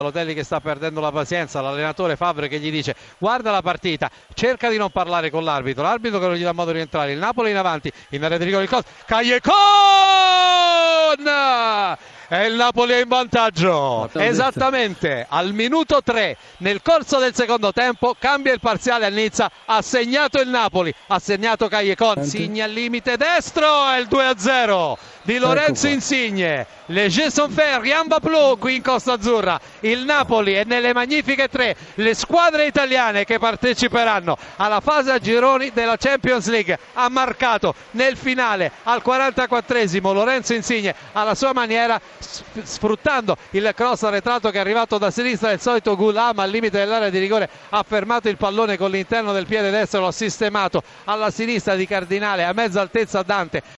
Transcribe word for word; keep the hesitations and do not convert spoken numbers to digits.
Balotelli che sta perdendo la pazienza, l'allenatore Favre che gli dice guarda la partita, cerca di non parlare con l'arbitro, l'arbitro che non gli dà modo di rientrare, il Napoli in avanti, in area di rigore il cross, Callecon! E il Napoli è in vantaggio. Esattamente al minuto tre, nel corso del secondo tempo, cambia il parziale a Nizza, ha segnato il Napoli, ha segnato Callecon, segna al limite destro, è il due a zero di Lorenzo Insigne. Le jeux sont faits, rien va plus qui in Costa Azzurra. Il Napoli è nelle magnifiche tre, le squadre italiane che parteciperanno alla fase a gironi della Champions League. Ha marcato nel finale al quarantaquattresimo Lorenzo Insigne alla sua maniera, sfruttando il cross arretrato che è arrivato da sinistra del solito Goulam al limite dell'area di rigore, ha fermato il pallone con l'interno del piede destro, lo ha sistemato alla sinistra di Cardinale a mezza altezza Dante.